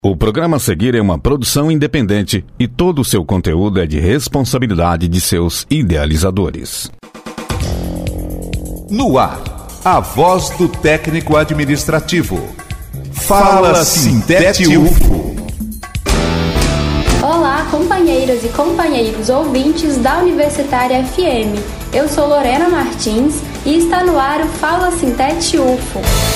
O programa a seguir é uma produção independente e todo o seu conteúdo é de responsabilidade de seus idealizadores. No ar, a voz do técnico administrativo. Fala Sintete UFO. Olá, companheiras e companheiros ouvintes da Universitária FM. Eu sou Lorena Martins e está no ar o Fala Sintete UFO.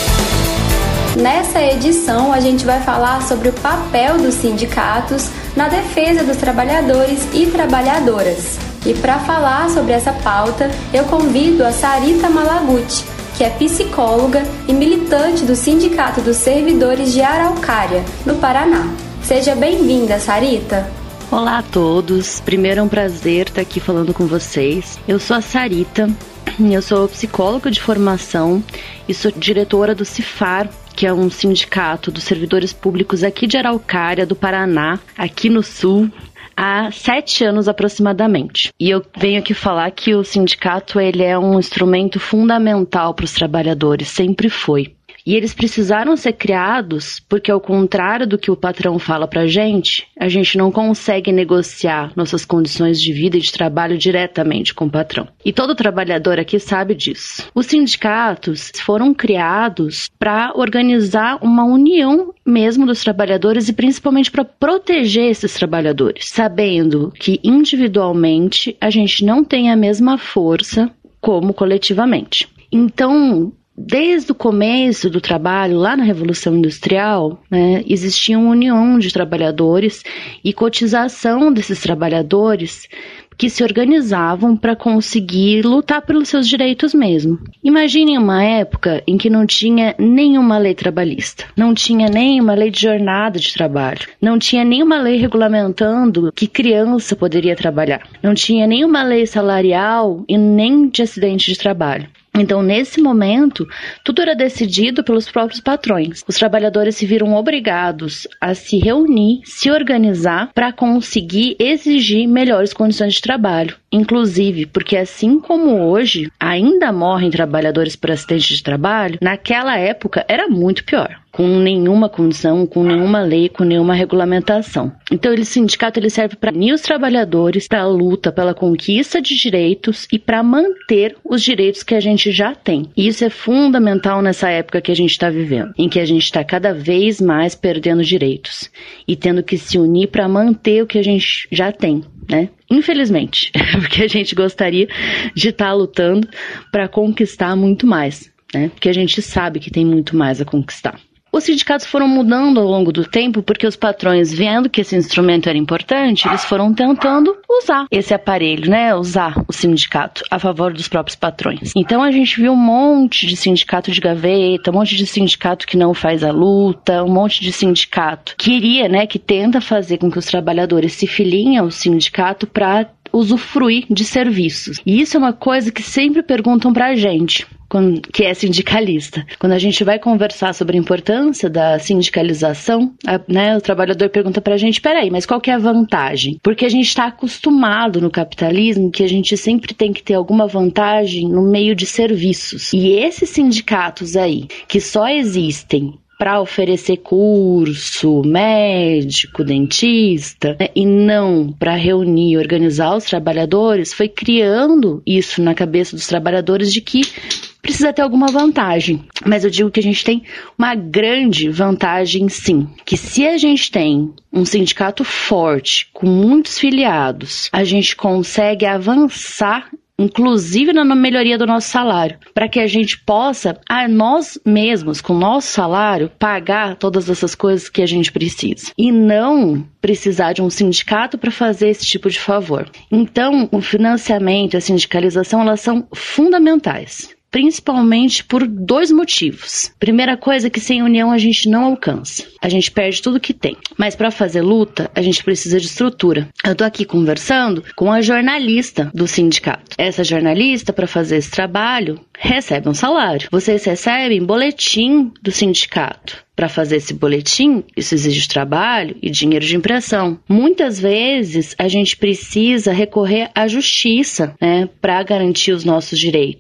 Nessa edição, a gente vai falar sobre o papel dos sindicatos na defesa dos trabalhadores e trabalhadoras. E para falar sobre essa pauta, eu convido a Sarita Malaguti, que é psicóloga e militante do Sindicato dos Servidores de Araucária, no Paraná. Seja bem-vinda, Sarita. Olá a todos, primeiro é um prazer estar aqui falando com vocês. Eu sou a Sarita, eu sou psicóloga de formação e sou diretora do CIFAR, que é um sindicato dos servidores públicos aqui de Araucária, do Paraná, aqui no Sul, há 7 anos aproximadamente. E eu venho aqui falar que o sindicato ele é um instrumento fundamental para os trabalhadores, sempre foi. E eles precisaram ser criados porque, ao contrário do que o patrão fala pra gente, a gente não consegue negociar nossas condições de vida e de trabalho diretamente com o patrão. E todo trabalhador aqui sabe disso. Os sindicatos foram criados para organizar uma união mesmo dos trabalhadores e principalmente para proteger esses trabalhadores, sabendo que individualmente a gente não tem a mesma força como coletivamente. Então, desde o começo do trabalho, lá na Revolução Industrial, existia uma união de trabalhadores e cotização desses trabalhadores que se organizavam para conseguir lutar pelos seus direitos mesmo. Imaginem uma época em que não tinha nenhuma lei trabalhista, não tinha nenhuma lei de jornada de trabalho, não tinha nenhuma lei regulamentando que criança poderia trabalhar, não tinha nenhuma lei salarial e nem de acidente de trabalho. Então, nesse momento, tudo era decidido pelos próprios patrões. Os trabalhadores se viram obrigados a se reunir, se organizar para conseguir exigir melhores condições de trabalho. Inclusive, porque assim como hoje ainda morrem trabalhadores por acidente de trabalho, naquela época era muito pior, com nenhuma condição, com nenhuma lei, com nenhuma regulamentação. Então, o sindicato ele serve para unir os trabalhadores para a luta pela conquista de direitos e para manter os direitos que a gente já tem. E isso é fundamental nessa época que a gente está vivendo, em que a gente está cada vez mais perdendo direitos e tendo que se unir para manter o que a gente já tem, né? Infelizmente, porque a gente gostaria de estar lutando para conquistar muito mais, né? Porque a gente sabe que tem muito mais a conquistar. Os sindicatos foram mudando ao longo do tempo porque os patrões, vendo que esse instrumento era importante, eles foram tentando usar esse aparelho, usar o sindicato a favor dos próprios patrões. Então a gente viu um monte de sindicato de gaveta, um monte de sindicato que não faz a luta, um monte de sindicato que tenta fazer com que os trabalhadores se filiem ao sindicato para usufruir de serviços. E isso é uma coisa que sempre perguntam pra gente, que é sindicalista. Quando a gente vai conversar sobre a importância da sindicalização, o trabalhador pergunta pra gente, peraí, mas qual que é a vantagem? Porque a gente está acostumado no capitalismo que a gente sempre tem que ter alguma vantagem no meio de serviços. E esses sindicatos aí, que só existem para oferecer curso, médico, dentista, e não para reunir e organizar os trabalhadores, foi criando isso na cabeça dos trabalhadores de que precisa ter alguma vantagem. Mas eu digo que a gente tem uma grande vantagem sim, que se a gente tem um sindicato forte, com muitos filiados, a gente consegue avançar inclusive na melhoria do nosso salário, para que a gente possa, nós mesmos, com o nosso salário, pagar todas essas coisas que a gente precisa. E não precisar de um sindicato para fazer esse tipo de favor. Então, o financiamento e a sindicalização, elas são fundamentais. Principalmente por 2 motivos. Primeira coisa é que sem união a gente não alcança. A gente perde tudo que tem. Mas para fazer luta, a gente precisa de estrutura. Eu tô aqui conversando com a jornalista do sindicato. Essa jornalista, para fazer esse trabalho, recebe um salário. Vocês recebem boletim do sindicato. Para fazer esse boletim, isso exige trabalho e dinheiro de impressão. Muitas vezes, a gente precisa recorrer à justiça, para garantir os nossos direitos.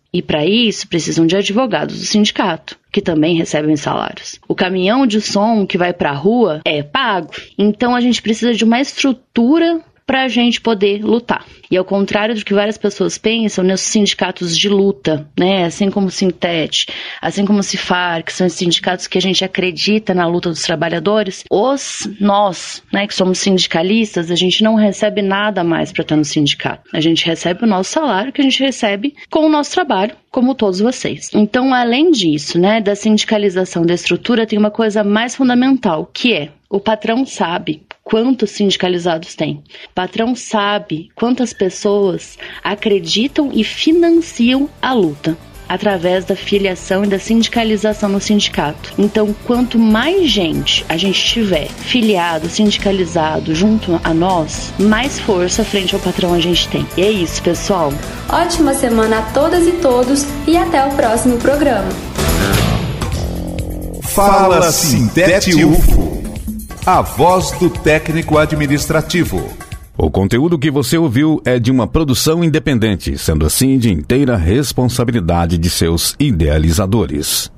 E para isso precisam de advogados do sindicato, que também recebem salários. O caminhão de som que vai para a rua é pago. Então a gente precisa de uma estrutura para a gente poder lutar. E ao contrário do que várias pessoas pensam, nesses sindicatos de luta, né, assim como o Sintet, assim como o Cifar, que são os sindicatos que a gente acredita na luta dos trabalhadores, nós, né, que somos sindicalistas, a gente não recebe nada mais para estar no sindicato. A gente recebe o nosso salário que a gente recebe com o nosso trabalho, como todos vocês. Então, além disso, né, da sindicalização da estrutura, tem uma coisa mais fundamental, que é o patrão sabe quantos sindicalizados tem. O patrão sabe quantas pessoas acreditam e financiam a luta através da filiação e da sindicalização no sindicato. Então, quanto mais gente a gente tiver filiado, sindicalizado junto a nós, mais força frente ao patrão a gente tem. E é isso, pessoal. Ótima semana a todas e todos e até o próximo programa. Fala Sintet UFO, a voz do técnico administrativo. O conteúdo que você ouviu é de uma produção independente, sendo assim de inteira responsabilidade de seus idealizadores.